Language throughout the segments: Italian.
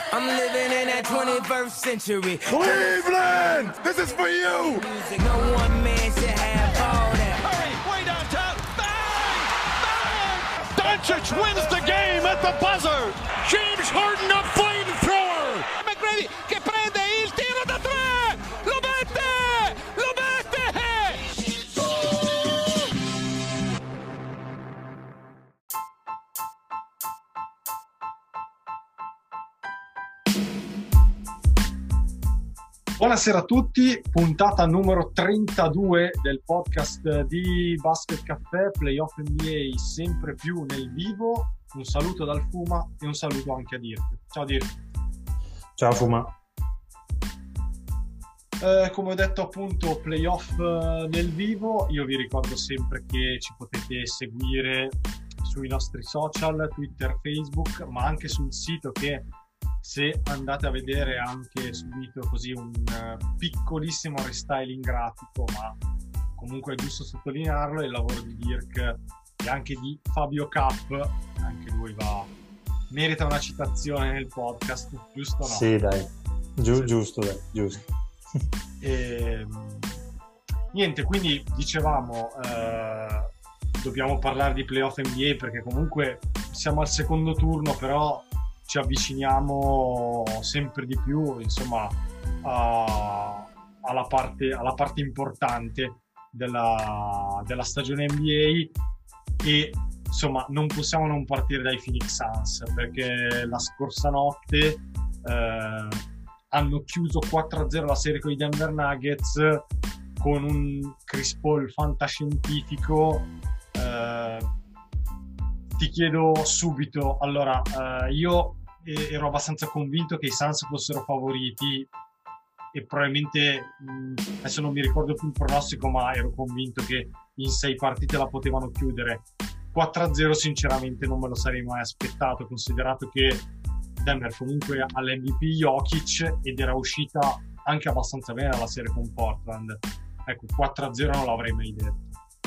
I'm living in that 21st century. Cleveland, this is for you. No one man should have all that. Hurry, way downtown. Bang! Bang! Doncic wins the game at the buzzer. James Harden, a flamethrower. McGrady che prende il tiro da tre. Lo mette! Lo mette! Buonasera a tutti, puntata numero 32 del podcast di Basket Caffè, Playoff NBA sempre più nel vivo. Un saluto dal Fuma e un saluto anche a Dirk. Ciao Dirk. Ciao Fuma. Come ho detto appunto, playoff nel vivo. Io vi ricordo sempre che ci potete seguire sui nostri social, Twitter, Facebook, ma anche sul sito, che se andate a vedere anche subito così un piccolissimo restyling grafico, ma comunque è giusto sottolinearlo, il lavoro di Dirk e anche di Fabio Cap, anche lui merita una citazione nel podcast, giusto o no? Sì, dai, giusto. Niente, quindi dicevamo dobbiamo parlare di playoff NBA perché comunque siamo al secondo turno, però ci avviciniamo sempre di più, insomma, alla parte importante della stagione NBA, e insomma non possiamo non partire dai Phoenix Suns, perché la scorsa notte hanno chiuso 4-0 la serie con i Denver Nuggets con un Chris Paul fantascientifico. Ti chiedo subito, allora, io ero abbastanza convinto che i Suns fossero favoriti e probabilmente, adesso non mi ricordo più il pronostico, ma ero convinto che in 6 partite la potevano chiudere. 4-0 sinceramente non me lo sarei mai aspettato, considerato che Denver comunque ha l'MVP Jokic ed era uscita anche abbastanza bene dalla serie con Portland. Ecco, 4-0 non l'avrei mai detto.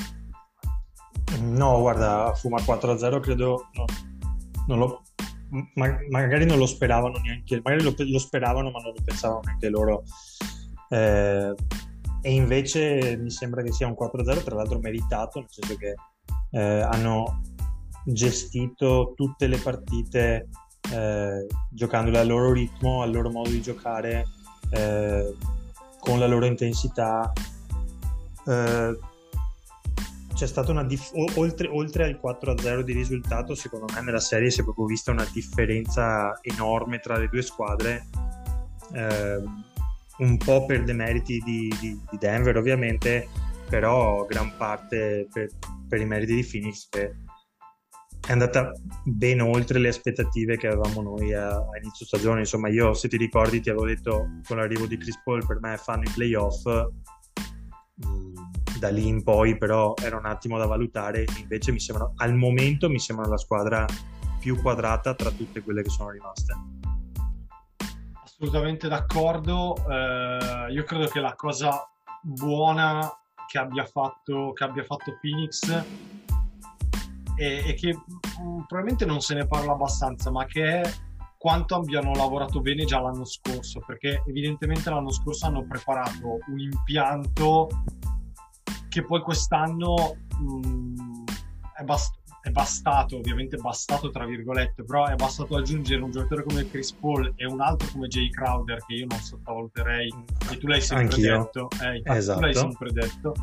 No, guarda, Fuma 4-0 credo, no, non lo, magari non lo speravano neanche, magari lo speravano ma non lo pensavano neanche loro, e invece mi sembra che sia un 4-0, tra l'altro meritato, nel senso che hanno gestito tutte le partite giocandole al loro ritmo, al loro modo di giocare, con la loro intensità. C'è stata oltre al 4-0 di risultato, secondo me nella serie si è proprio vista una differenza enorme tra le due squadre, un po' per demeriti di Denver ovviamente, però gran parte per i meriti di Phoenix, che è andata ben oltre le aspettative che avevamo noi a inizio stagione. Insomma, io, se ti ricordi, ti avevo detto con l'arrivo di Chris Paul per me fanno i playoff. Da lì in poi però era un attimo da valutare, invece al momento mi sembra la squadra più quadrata tra tutte quelle che sono rimaste. Assolutamente d'accordo. Io credo che la cosa buona che abbia fatto Phoenix e che probabilmente non se ne parla abbastanza, ma che è quanto abbiano lavorato bene già l'anno scorso, perché evidentemente l'anno scorso hanno preparato un impianto che poi quest'anno è bastato, ovviamente bastato tra virgolette, però è bastato aggiungere un giocatore come Chris Paul e un altro come Jay Crowder, che io non sottovaluterei, e tu l'hai sempre detto. Esatto. Tu l'hai sempre detto.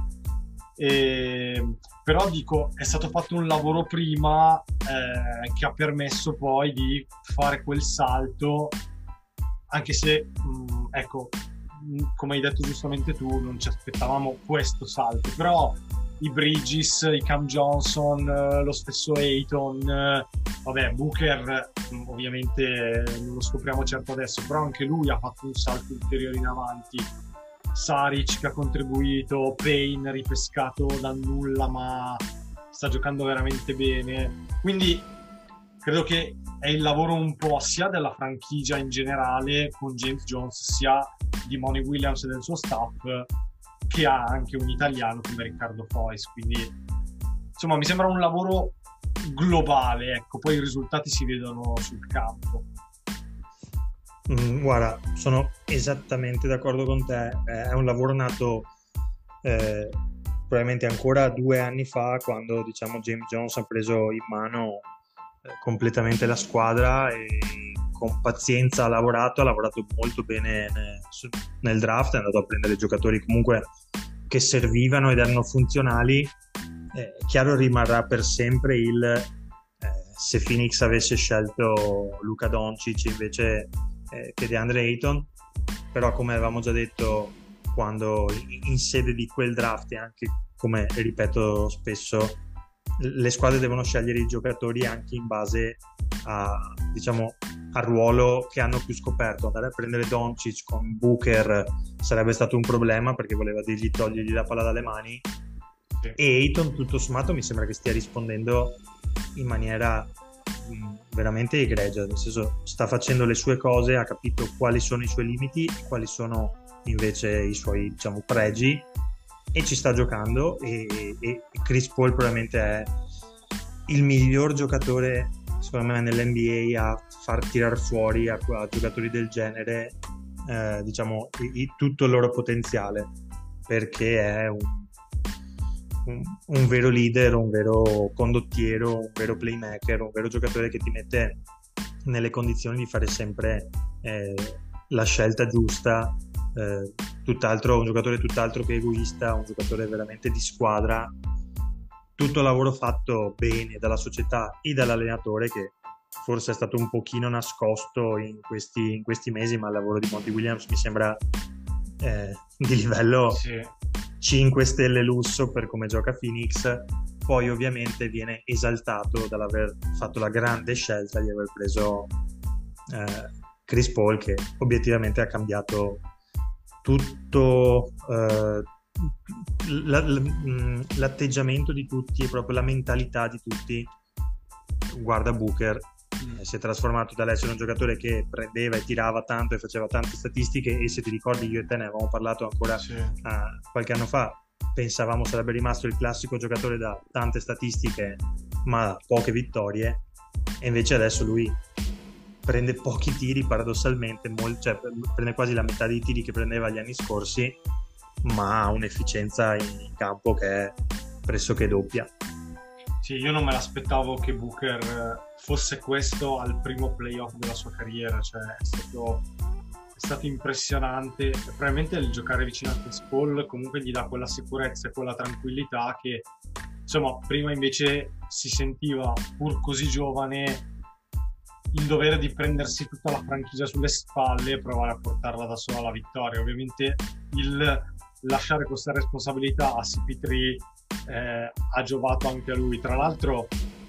Però dico, è stato fatto un lavoro prima che ha permesso poi di fare quel salto, anche se ecco, come hai detto giustamente tu, non ci aspettavamo questo salto, però i Bridges, i Cam Johnson, lo stesso Ayton, vabbè, Booker ovviamente non lo scopriamo certo adesso, però anche lui ha fatto un salto ulteriore in avanti. Saric che ha contribuito, Payne ripescato dal nulla ma sta giocando veramente bene, quindi credo che è il lavoro un po' sia della franchigia in generale con James Jones, sia di Monty Williams e del suo staff, che ha anche un italiano come Riccardo Fois, quindi insomma mi sembra un lavoro globale, ecco, poi i risultati si vedono sul campo. Guarda, sono esattamente d'accordo con te. È un lavoro nato probabilmente ancora 2 anni fa, quando diciamo James Jones ha preso in mano completamente la squadra e con pazienza ha lavorato molto bene nel draft, è andato a prendere giocatori comunque che servivano ed erano funzionali. Chiaro, rimarrà per sempre se Phoenix avesse scelto Luka Doncic invece che DeAndre Ayton, però come avevamo già detto quando in sede di quel draft, e anche come ripeto spesso, le squadre devono scegliere i giocatori anche in base diciamo, al ruolo che hanno più scoperto. Andare a prendere Doncic con Booker sarebbe stato un problema, perché voleva dirgli togliergli la palla dalle mani, e Ayton tutto sommato mi sembra che stia rispondendo in maniera veramente egregia, nel senso sta facendo le sue cose, ha capito quali sono i suoi limiti e quali sono invece i suoi, diciamo, pregi, e ci sta giocando, e Chris Paul probabilmente è il miglior giocatore secondo me nell'NBA a far tirar fuori a giocatori del genere diciamo tutto il loro potenziale, perché è un vero leader, un vero condottiero, un vero playmaker, un vero giocatore che ti mette nelle condizioni di fare sempre la scelta giusta, un giocatore tutt'altro che egoista, un giocatore veramente di squadra. Tutto lavoro fatto bene dalla società e dall'allenatore, che forse è stato un pochino nascosto in questi mesi, ma il lavoro di Monty Williams mi sembra di livello 5 stelle lusso per come gioca Phoenix. Poi ovviamente viene esaltato dall'aver fatto la grande scelta di aver preso Chris Paul, che obiettivamente ha cambiato tutto l'atteggiamento di tutti, proprio la mentalità di tutti. Guarda Booker, si è trasformato dall'essere un giocatore che prendeva e tirava tanto e faceva tante statistiche, e se ti ricordi io e te ne avevamo parlato ancora qualche anno fa, pensavamo sarebbe rimasto il classico giocatore da tante statistiche ma poche vittorie, e invece adesso lui prende pochi tiri paradossalmente, prende quasi la metà dei tiri che prendeva gli anni scorsi, ma ha un'efficienza in campo che è pressoché doppia. Sì, io non me l'aspettavo che Booker fosse questo al primo playoff della sua carriera, cioè è stato impressionante. Probabilmente il giocare vicino a Chris Paul comunque gli dà quella sicurezza e quella tranquillità che, insomma, prima invece si sentiva, pur così giovane, il dovere di prendersi tutta la franchigia sulle spalle e provare a portarla da sola alla vittoria. Ovviamente il lasciare questa responsabilità a CP3 ha giovato anche a lui. Tra l'altro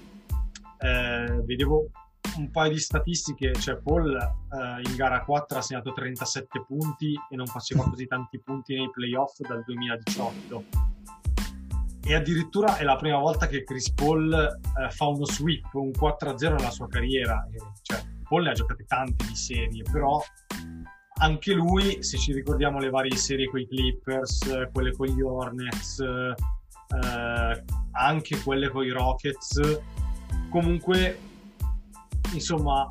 vedevo un paio di statistiche, cioè Paul in gara 4 ha segnato 37 punti e non faceva così tanti punti nei playoff dal 2018, e addirittura è la prima volta che Chris Paul fa uno sweep, un 4-0 nella sua carriera. Cioè Paul ne ha giocate tante di serie, però anche lui, se ci ricordiamo le varie serie con i Clippers, quelle con gli Hornets, anche quelle con i Rockets, comunque insomma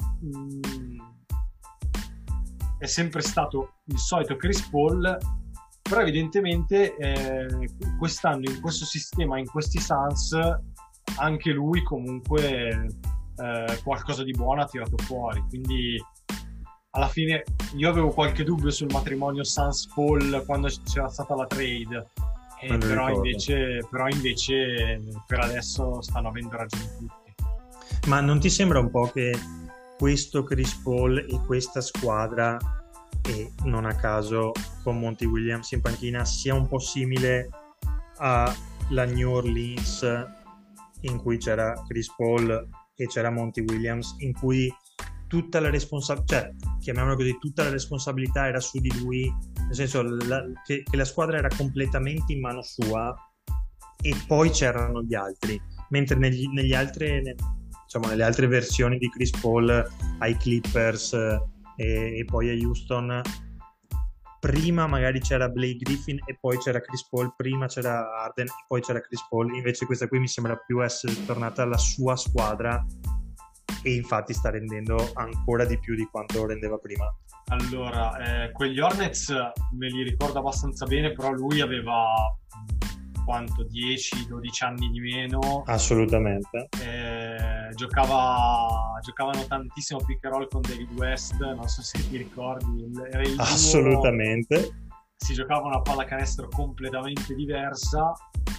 è sempre stato il solito Chris Paul, però evidentemente quest'anno in questo sistema, in questi Suns, anche lui comunque qualcosa di buono ha tirato fuori. Quindi alla fine io avevo qualche dubbio sul matrimonio Suns-Paul quando c'era stata la trade, però invece per adesso stanno avendo ragione tutti. Ma non ti sembra un po' che questo Chris Paul e questa squadra, e non a caso con Monty Williams in panchina, sia un po' simile alla New Orleans in cui c'era Chris Paul e c'era Monty Williams, in cui tutta la responsabilità, cioè chiamiamola così, tutta la responsabilità era su di lui, nel senso che la squadra era completamente in mano sua, e poi c'erano gli altri, mentre nelle altre versioni di Chris Paul ai Clippers e poi a Houston, prima magari c'era Blake Griffin e poi c'era Chris Paul, prima c'era Harden e poi c'era Chris Paul. Invece questa qui mi sembra più essere tornata alla sua squadra, e infatti sta rendendo ancora di più di quanto rendeva prima. Allora, quegli Hornets me li ricordo abbastanza bene, però lui aveva quanto 10-12 anni di meno. Assolutamente. Giocavano tantissimo pick and roll con David West, non so se ti ricordi. Era il duo, Assolutamente. si giocava una pallacanestro completamente diversa.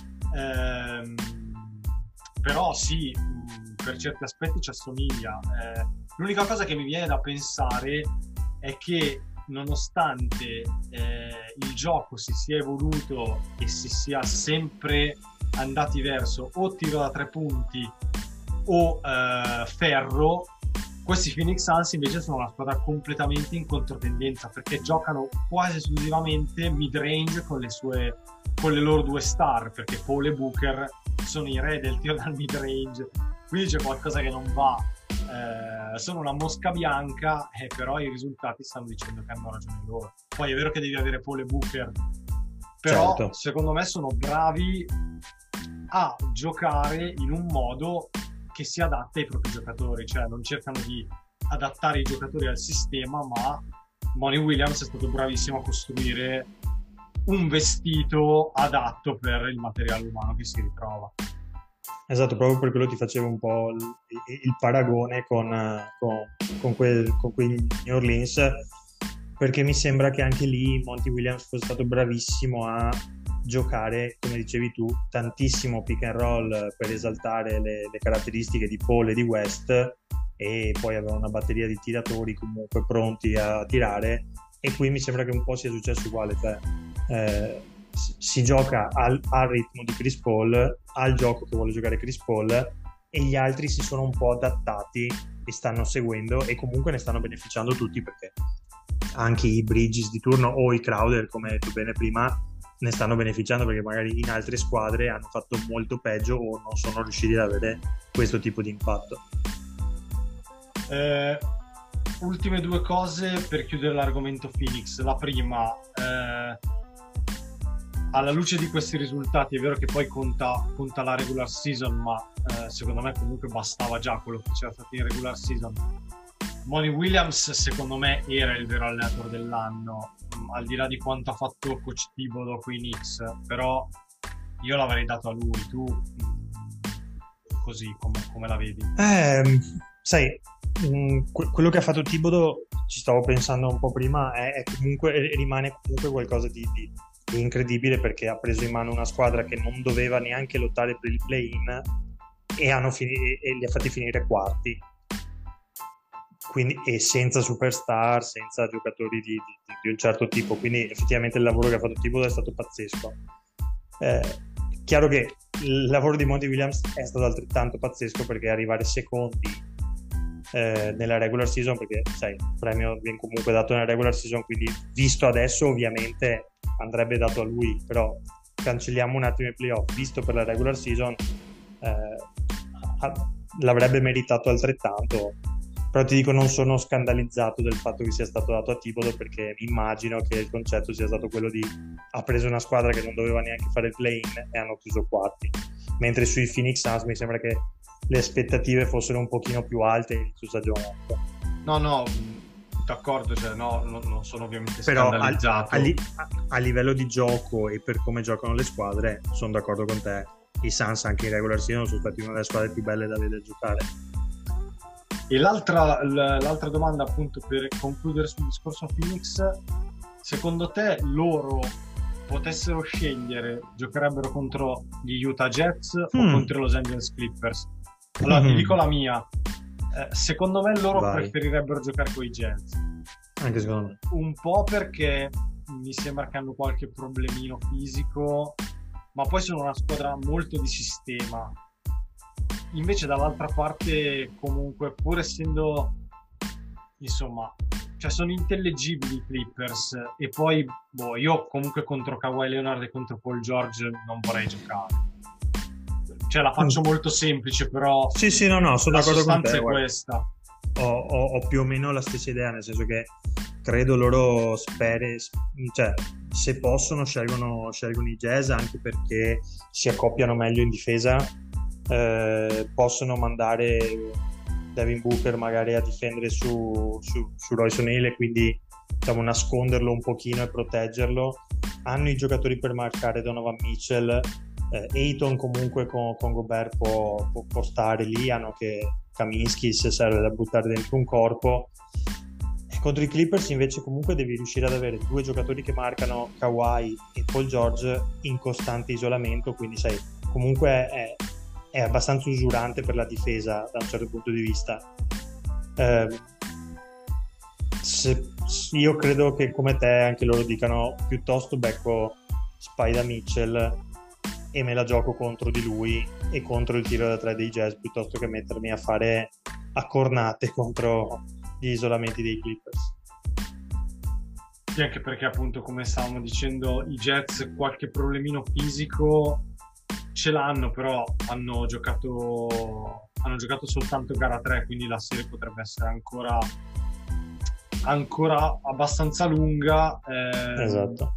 Però sì, per certi aspetti ci assomiglia. L'unica cosa che mi viene da pensare è che nonostante il gioco si sia evoluto e si sia sempre andati verso o tiro da 3 punti o ferro, questi Phoenix Suns invece sono una squadra completamente in controtendenza, perché giocano quasi esclusivamente mid range con le loro 2 star, perché Paul e Booker sono i re del tiro dal mid range, quindi c'è qualcosa che non va. Sono una mosca bianca, però i risultati stanno dicendo che hanno ragione loro. Poi è vero che devi avere Paul e Booker, però certo, secondo me sono bravi a giocare in un modo che si adatta ai propri giocatori, cioè non cercano di adattare i giocatori al sistema, ma Monty Williams è stato bravissimo a costruire un vestito adatto per il materiale umano che si ritrova. esatto, proprio per quello ti facevo un po' il paragone con quei New Orleans, perché mi sembra che anche lì Monty Williams fosse stato bravissimo a giocare, come dicevi tu, tantissimo pick and roll per esaltare le caratteristiche di Paul e di West, e poi aveva una batteria di tiratori comunque pronti a tirare, e qui mi sembra che un po' sia successo uguale, cioè si gioca al ritmo di Chris Paul, al gioco che vuole giocare Chris Paul, e gli altri si sono un po' adattati e stanno seguendo, e comunque ne stanno beneficiando tutti, perché anche i Bridges di turno o i Crowder, come hai detto bene prima, ne stanno beneficiando, perché magari in altre squadre hanno fatto molto peggio o non sono riusciti ad avere questo tipo di impatto. Ultime 2 cose per chiudere l'argomento Phoenix. La prima, alla luce di questi risultati, è vero che poi conta la regular season, ma secondo me comunque bastava già quello che c'era stato in regular season. Monty Williams secondo me era il vero allenatore dell'anno, al di là di quanto ha fatto coach Thibodeau coi Knicks, però io l'avrei dato a lui. Tu così come la vedi? Sai, quello che ha fatto Thibodeau, ci stavo pensando un po' prima, è comunque, rimane comunque qualcosa di incredibile, perché ha preso in mano una squadra che non doveva neanche lottare per il play-in e li ha fatti finire quarti, quindi, e senza superstar, senza giocatori di un certo tipo, quindi effettivamente il lavoro che ha fatto Thibodeau è stato pazzesco. Chiaro che il lavoro di Monty Williams è stato altrettanto pazzesco, perché arrivare secondi nella regular season, perché sai, il premio viene comunque dato nella regular season, quindi visto adesso ovviamente andrebbe dato a lui, però cancelliamo un attimo i playoff, visto per la regular season l'avrebbe meritato altrettanto. Però ti dico, non sono scandalizzato del fatto che sia stato dato a Thibodeau, perché immagino che il concetto sia stato quello di ha preso una squadra che non doveva neanche fare il play-in e hanno chiuso quarti, mentre sui Phoenix Suns mi sembra che le aspettative fossero un pochino più alte inizio stagione. No, d'accordo, cioè non sono ovviamente però scandalizzato. a livello di gioco e per come giocano le squadre sono d'accordo con te. I Suns anche in regular season sono stati una delle squadre più belle da vedere giocare. E l'altra domanda, appunto, per concludere sul discorso Phoenix: secondo te loro potessero scegliere, giocherebbero contro gli Utah Jazz o contro i Los Angeles Clippers? Allora ti dico la mia, secondo me loro preferirebbero giocare con i Jazz, anche secondo me, un po' perché mi sembra che hanno qualche problemino fisico, ma poi sono una squadra molto di sistema. Invece dall'altra parte, comunque, pur essendo, insomma, cioè sono intellegibili i Clippers, e poi io comunque contro Kawhi Leonard e contro Paul George non vorrei giocare. Cioè la faccio molto semplice, però sì, no, sono d'accordo con te. È questa. Ho più o meno la stessa idea, nel senso che credo loro cioè se possono scelgono i Jazz, anche perché si accoppiano meglio in difesa. Possono mandare Devin Booker magari a difendere su Royce O'Neal, e quindi diciamo, nasconderlo un pochino e proteggerlo. Hanno i giocatori per marcare Donovan Mitchell, Ayton comunque con Gobert può stare lì, hanno che Kaminsky se serve da buttare dentro un corpo. E contro i Clippers invece comunque devi riuscire ad avere due giocatori che marcano, Kawhi e Paul George, in costante isolamento, quindi sai, comunque è abbastanza usurante per la difesa da un certo punto di vista. Io credo che come te anche loro dicano piuttosto becco Spida Mitchell e me la gioco contro di lui e contro il tiro da tre dei Jazz, piuttosto che mettermi a fare accornate contro gli isolamenti dei Clippers. Sì, anche perché appunto, come stavamo dicendo, i Jazz qualche problemino fisico ce l'hanno, però hanno giocato soltanto gara 3, quindi la serie potrebbe essere ancora abbastanza lunga. Esatto.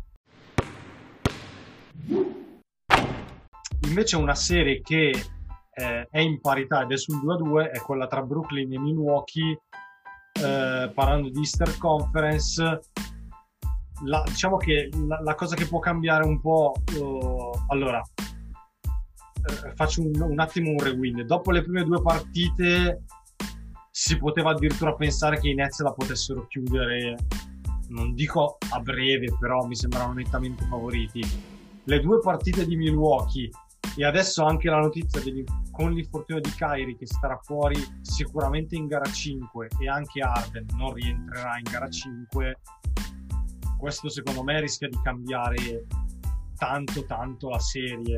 Invece una serie che è in parità ed è sul 2-2 è quella tra Brooklyn e Milwaukee. Parlando di Eastern Conference, diciamo che la cosa che può cambiare un po', allora faccio un attimo un rewind. Dopo le prime due partite si poteva addirittura pensare che i Nets la potessero chiudere, non dico a breve, però mi sembravano nettamente favoriti. Le due partite di Milwaukee e adesso anche la notizia con l'infortunio di Kyrie che starà fuori sicuramente in gara 5 e anche Harden non rientrerà in gara 5, questo secondo me rischia di cambiare tanto la serie,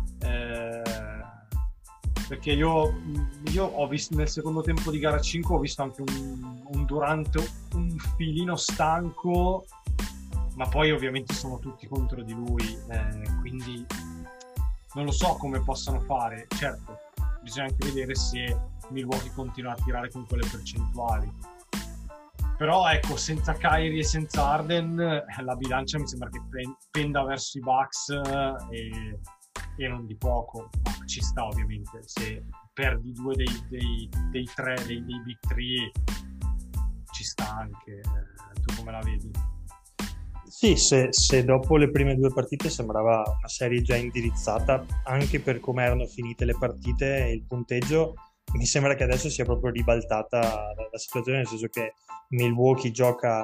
perché io ho visto nel secondo tempo di gara 5 ho visto anche un Durant un filino stanco, ma poi ovviamente sono tutti contro di lui, quindi non lo so come possano fare. Certo, bisogna anche vedere se Milwaukee continua a tirare con quelle percentuali, però ecco, senza Kyrie e senza Harden la bilancia mi sembra che penda verso i Bucks e non di poco, ma ci sta ovviamente. Se perdi due dei tre, dei big three, ci sta anche. Tu come la vedi? Sì, se dopo le prime due partite sembrava una serie già indirizzata, anche per come erano finite le partite e il punteggio, mi sembra che adesso sia proprio ribaltata la situazione, nel senso che Milwaukee gioca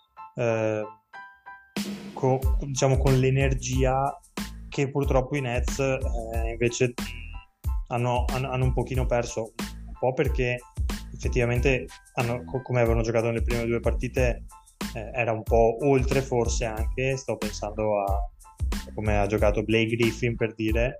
con l'energia che purtroppo i Nets invece hanno un pochino perso, un po' perché effettivamente come avevano giocato nelle prime due partite era un po' oltre, forse anche sto pensando a come ha giocato Blake Griffin, per dire,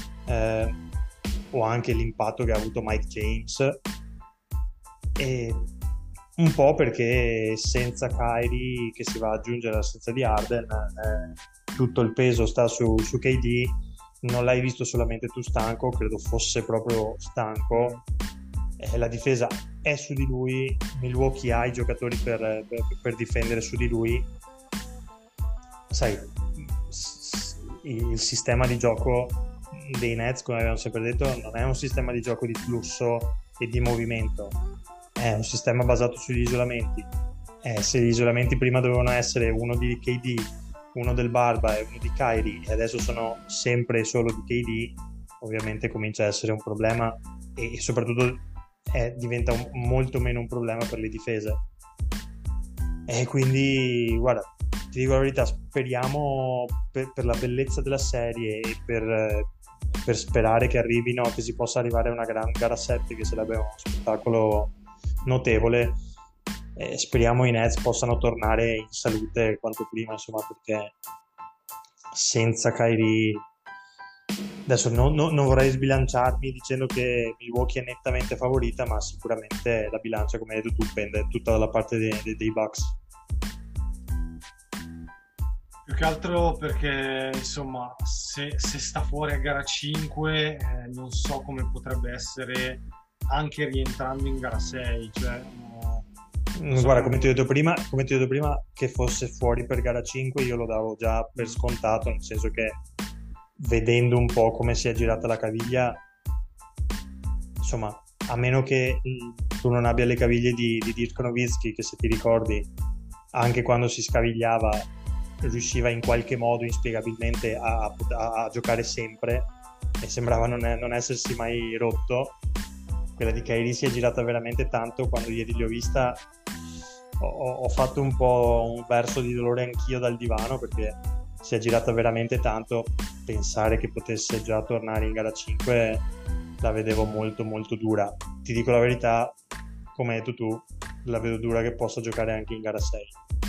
o anche l'impatto che ha avuto Mike James, e un po' perché senza Kyrie che si va ad aggiungere all'assenza di Harden, tutto il peso sta su KD. Non l'hai visto solamente tu stanco, credo fosse proprio stanco. La difesa è su di lui, Milwaukee ha i giocatori per difendere su di lui. Sai, il sistema di gioco dei Nets, come abbiamo sempre detto, non è un sistema di gioco di flusso e di movimento, è un sistema basato sugli isolamenti. Se gli isolamenti prima dovevano essere uno di KD, uno del Barba e uno di Kyrie, e adesso sono sempre e solo di KD, ovviamente comincia a essere un problema, e soprattutto diventa molto meno un problema per le difese. E quindi guarda, ti dico la verità, speriamo per la bellezza della serie e per sperare che arrivino, che si possa arrivare a una gran gara 7, che sarebbe uno spettacolo notevole. Speriamo i Nets possano tornare in salute quanto prima, insomma, perché senza Kyrie adesso non vorrei sbilanciarmi dicendo che Milwaukee è nettamente favorita, ma sicuramente la bilancia, come hai detto tu, pende tutta dalla parte dei Bucks. Più che altro perché, insomma, se sta fuori a gara 5, non so come potrebbe essere anche rientrando in gara 6, cioè guarda, come ti ho detto prima, che fosse fuori per gara 5 io lo davo già per scontato, nel senso che vedendo un po' come si è girata la caviglia, insomma, a meno che tu non abbia le caviglie di Dirk Nowitzki, che se ti ricordi anche quando si scavigliava riusciva in qualche modo inspiegabilmente a giocare sempre e sembrava non essersi mai rotto. Quella di Kyrie si è girata veramente tanto. Quando ieri l'ho vista ho fatto un po' un verso di dolore anch'io dal divano, perché si è girata veramente tanto. Pensare che potesse già tornare in gara 5 la vedevo molto molto dura. Ti dico la verità, come hai detto tu, la vedo dura che possa giocare anche in gara 6.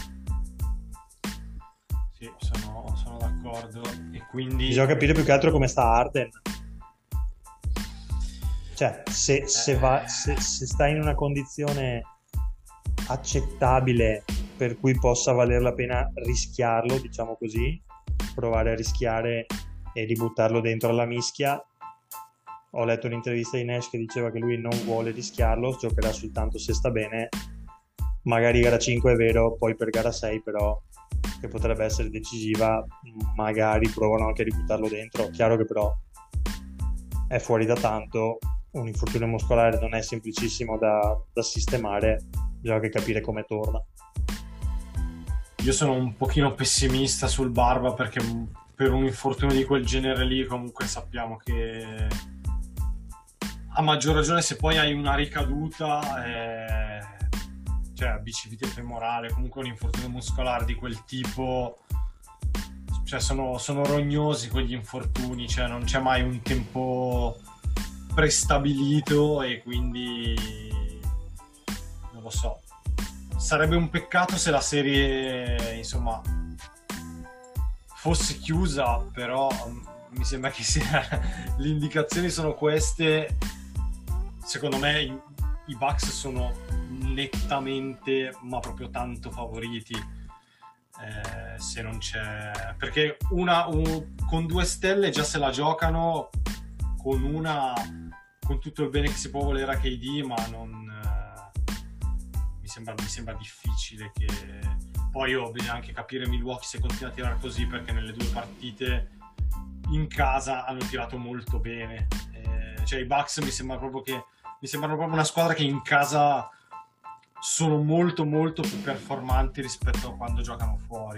Sì, sono d'accordo. E quindi bisogna capire più che altro come sta Harden. Cioè, se sta in una condizione accettabile per cui possa valer la pena rischiarlo, diciamo così, provare a rischiare e ributtarlo dentro alla mischia. Ho letto un'intervista di Nash che diceva che lui non vuole rischiarlo, giocherà soltanto se sta bene. Magari gara 5 è vero, poi per gara 6 però, che potrebbe essere decisiva, magari provano anche a ributtarlo dentro. Chiaro che però è fuori da tanto, un infortunio muscolare non è semplicissimo da sistemare, bisogna anche capire come torna. Io sono un pochino pessimista sul Barba, perché per un infortunio di quel genere lì comunque sappiamo che a maggior ragione se poi hai una ricaduta, cioè bicipite femorale, comunque un infortunio muscolare di quel tipo, cioè sono rognosi quegli infortuni, cioè non c'è mai un tempo prestabilito e quindi non lo so, sarebbe un peccato se la serie insomma fosse chiusa, però mi sembra che le indicazioni sono queste. Secondo me i Bucks sono nettamente, ma proprio tanto favoriti, se non c'è, perché con 2 stelle già se la giocano, con tutto il bene che si può volere a KD, ma non mi sembra difficile che poi bisogna anche capire Milwaukee se continua a tirare così, perché nelle 2 partite in casa hanno tirato molto bene, cioè i Bucks mi sembrano proprio una squadra che in casa sono molto molto più performanti rispetto a quando giocano fuori.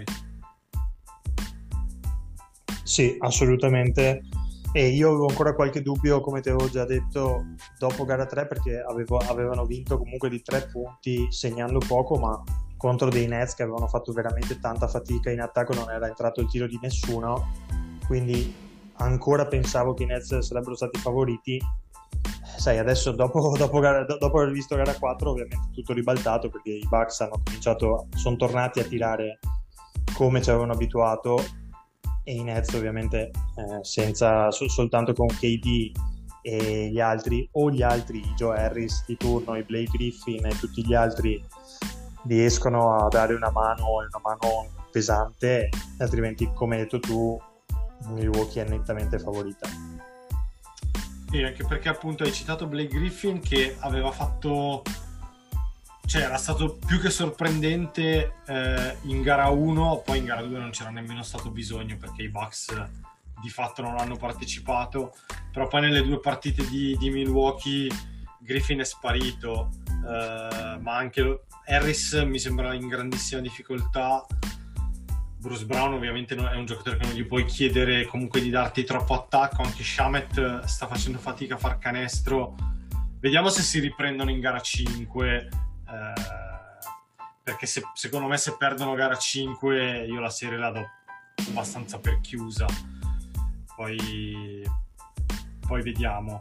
Sì, assolutamente. E io avevo ancora qualche dubbio, come ti avevo già detto, dopo gara 3, perché avevano vinto comunque di 3 punti segnando poco, ma contro dei Nets che avevano fatto veramente tanta fatica in attacco, non era entrato il tiro di nessuno, quindi ancora pensavo che i Nets sarebbero stati favoriti. Sai, adesso dopo aver visto gara 4 ovviamente tutto ribaltato, perché i Bucks sono tornati a tirare come ci avevano abituato, e i Nets ovviamente soltanto con KD e gli altri, i Joe Harris di turno, i Blake Griffin e tutti gli altri riescono a dare una mano pesante, altrimenti, come hai detto tu, Milwaukee è nettamente favorita. E anche perché appunto hai citato Blake Griffin, che aveva fatto, cioè era stato più che sorprendente in gara 1, poi in gara 2 non c'era nemmeno stato bisogno perché i Bucks di fatto non hanno partecipato, però poi nelle 2 partite di Milwaukee Griffin è sparito, ma anche Harris mi sembra in grandissima difficoltà. Bruce Brown ovviamente è un giocatore che non gli puoi chiedere comunque di darti troppo attacco, anche Shamet sta facendo fatica a far canestro. Vediamo se si riprendono in gara 5, perché secondo me se perdono gara 5 io la serie la do abbastanza per chiusa, poi vediamo.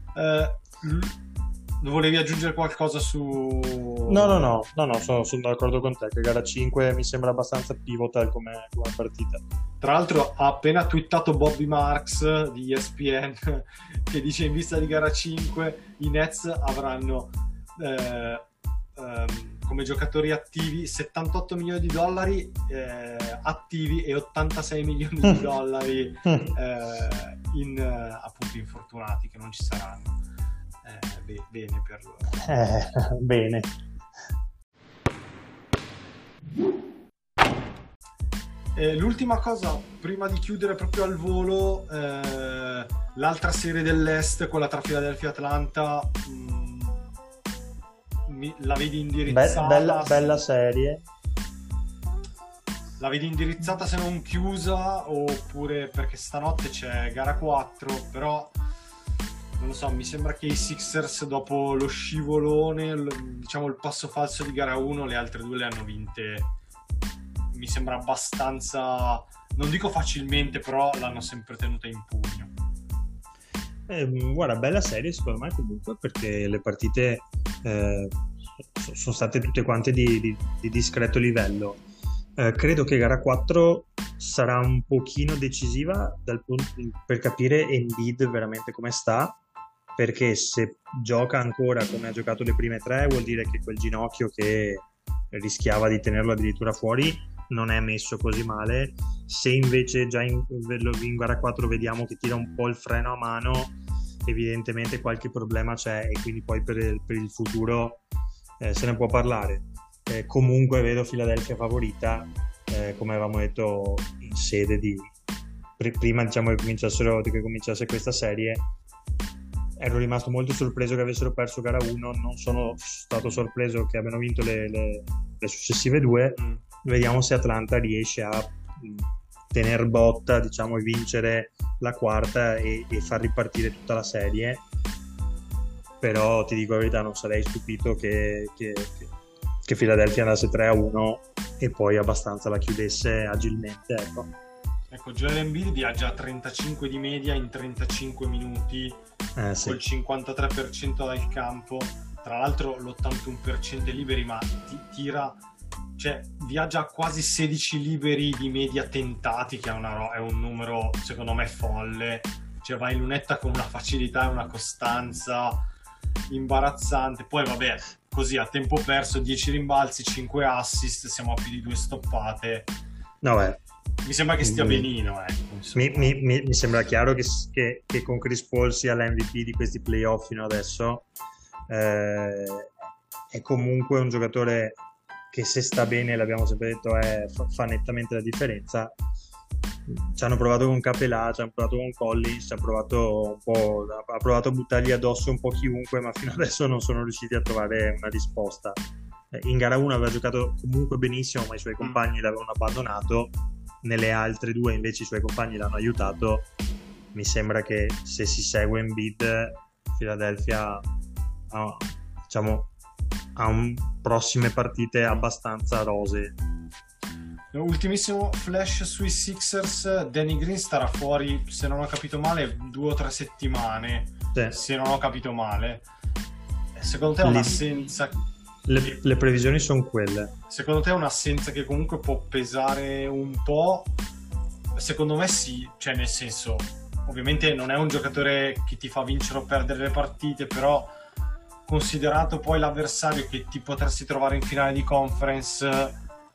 Volevi aggiungere qualcosa su... No, sono d'accordo con te che gara 5 mi sembra abbastanza pivotal come partita. Tra l'altro ha appena twittato Bobby Marks di ESPN che dice: in vista di gara 5 i Nets avranno come giocatori attivi 78 milioni di dollari attivi e 86 milioni di dollari appunto infortunati che non ci saranno. Bene per loro. Bene. L'ultima cosa prima di chiudere proprio al volo, l'altra serie dell'Est, quella tra Philadelphia e Atlanta, la vedi indirizzata? Bella serie. La vedi indirizzata se non chiusa, oppure perché stanotte c'è gara 4, però non lo so, mi sembra che i Sixers dopo lo scivolone, diciamo il passo falso di gara 1, le altre due le hanno vinte, mi sembra abbastanza, non dico facilmente, però l'hanno sempre tenuta in pugno. Guarda, bella serie secondo me comunque, perché le partite sono state tutte quante di discreto livello. Credo che gara 4 sarà un pochino decisiva per capire Embiid veramente come sta, perché se gioca ancora come ha giocato le prime 3 vuol dire che quel ginocchio che rischiava di tenerlo addirittura fuori non è messo così male. Se invece già in gara 4 vediamo che tira un po' il freno a mano, evidentemente qualche problema c'è, e quindi poi per il futuro se ne può parlare. Comunque vedo Philadelphia favorita, come avevamo detto in sede di prima, diciamo, che cominciasse questa serie. Ero rimasto molto sorpreso che avessero perso gara 1, non sono stato sorpreso che abbiano vinto le successive 2. Vediamo se Atlanta riesce a tener botta, diciamo, e vincere la quarta e far ripartire tutta la serie. Però ti dico la verità, non sarei stupito che Philadelphia andasse 3-1 e poi abbastanza la chiudesse agilmente, Ecco, Joel Embiid viaggia a 35 di media in 35 minuti, sì. col 53% dal campo, tra l'altro l'81% liberi, ma tira, cioè viaggia a quasi 16 liberi di media tentati, che è un numero secondo me folle, cioè va in lunetta con una facilità e una costanza imbarazzante. Poi vabbè, così a tempo perso 10 rimbalzi, 5 assist, siamo a più di 2 stoppate. No, mi sembra che stia benino, mi sembra chiaro che con Chris Paul sia l'MVP di questi playoff fino adesso. È comunque un giocatore che, se sta bene, l'abbiamo sempre detto, fa nettamente la differenza. Ci hanno provato con Capelà, ci hanno provato con Collins, ha provato a buttargli addosso un po' chiunque, ma fino adesso non sono riusciti a trovare una risposta. In gara 1 aveva giocato comunque benissimo, ma i suoi compagni l'avevano abbandonato. Nelle altre 2 invece i suoi compagni l'hanno aiutato. Mi sembra che se si segue Embiid, Philadelphia ha prossime partite abbastanza rosee. Ultimissimo flash sui Sixers: Danny Green starà fuori, se non ho capito male, 2 o 3 settimane, sì. Se non ho capito male. Secondo te è un'assenza? Le previsioni sono quelle. Secondo te è un'assenza che comunque può pesare un po'? Secondo me sì, cioè nel senso, ovviamente non è un giocatore che ti fa vincere o perdere le partite, però considerato poi l'avversario che ti potresti trovare in finale di conference,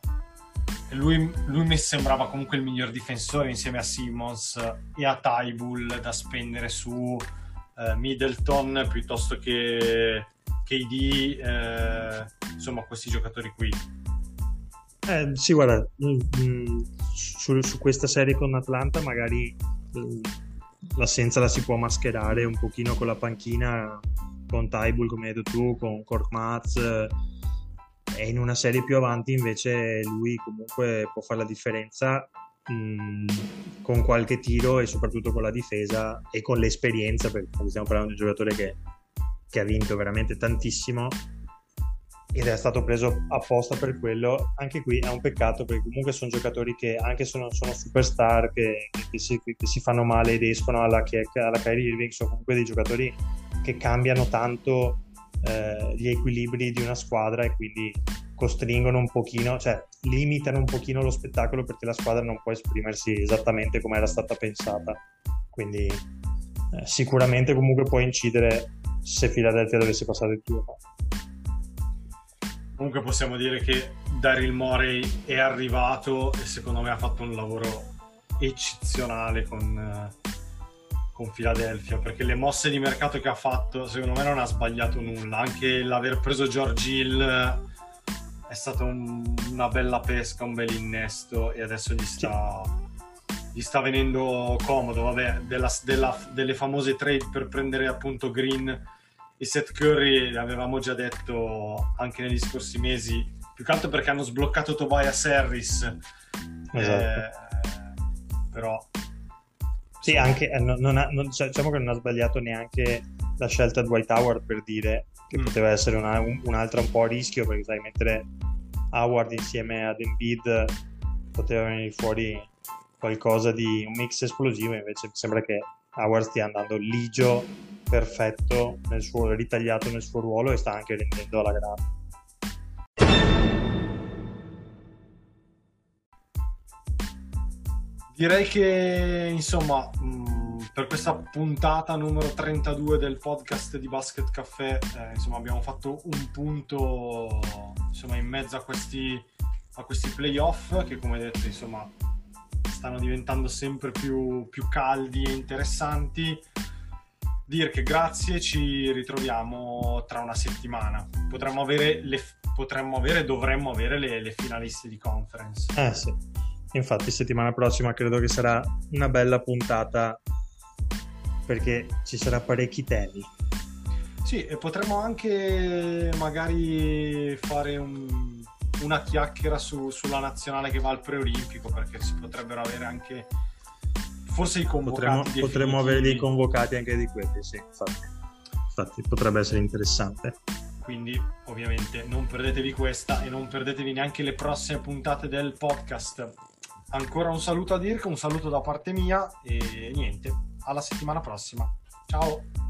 lui mi sembrava comunque il miglior difensore insieme a Simmons e a Tybull da spendere su Middleton piuttosto che KD, insomma questi giocatori qui. Sì, guarda, su questa serie con Atlanta magari l'assenza la si può mascherare un pochino con la panchina, con Tybull come hai detto tu, con Korkmaz, e in una serie più avanti invece lui comunque può fare la differenza con qualche tiro e soprattutto con la difesa e con l'esperienza, perché stiamo parlando di un giocatore che ha vinto veramente tantissimo ed è stato preso apposta per quello. Anche qui è un peccato, perché comunque sono giocatori che anche se non sono superstar, che si fanno male ed escono alla Kyrie Irving, sono comunque dei giocatori che cambiano tanto gli equilibri di una squadra e quindi costringono un pochino, cioè limitano un pochino lo spettacolo, perché la squadra non può esprimersi esattamente come era stata pensata. Quindi sicuramente comunque può incidere se Philadelphia dovesse passare il turno. Comunque possiamo dire che Daryl Morey è arrivato e secondo me ha fatto un lavoro eccezionale con Philadelphia, perché le mosse di mercato che ha fatto, secondo me non ha sbagliato nulla. Anche l'aver preso George Hill è stata una bella pesca, un bel innesto, e adesso gli sta venendo comodo. Vabbè, delle famose trade per prendere appunto Green e Seth Curry avevamo già detto anche negli scorsi mesi, più che altro perché hanno sbloccato Tobias Harris, Però sì, anche diciamo che non ha sbagliato neanche la scelta di Dwight Howard, per dire che poteva essere un'altra un po' a rischio, perché sai, mentre Howard insieme ad Embiid poteva venire fuori qualcosa di un mix esplosivo, invece mi sembra che Howard stia andando ligio, perfetto, ritagliato nel suo ruolo, e sta anche rendendo alla grande. Direi che insomma per questa puntata numero 32 del podcast di Basket Café insomma abbiamo fatto un punto insomma in mezzo a questi playoff che, come detto, insomma stanno diventando sempre più caldi e interessanti. Dirk, grazie, ci ritroviamo tra una settimana. Dovremmo avere le finaliste di conference. Sì, infatti settimana prossima credo che sarà una bella puntata, perché ci sarà parecchi temi. Sì, e potremmo anche magari fare una chiacchiera sulla nazionale che va al preolimpico, perché si potrebbero avere anche forse i convocati. Potremmo avere dei convocati anche di quelli, sì, infatti potrebbe essere interessante. Quindi ovviamente non perdetevi questa e non perdetevi neanche le prossime puntate del podcast. Ancora un saluto a Dirk, un saluto da parte mia e niente, alla settimana prossima. Ciao!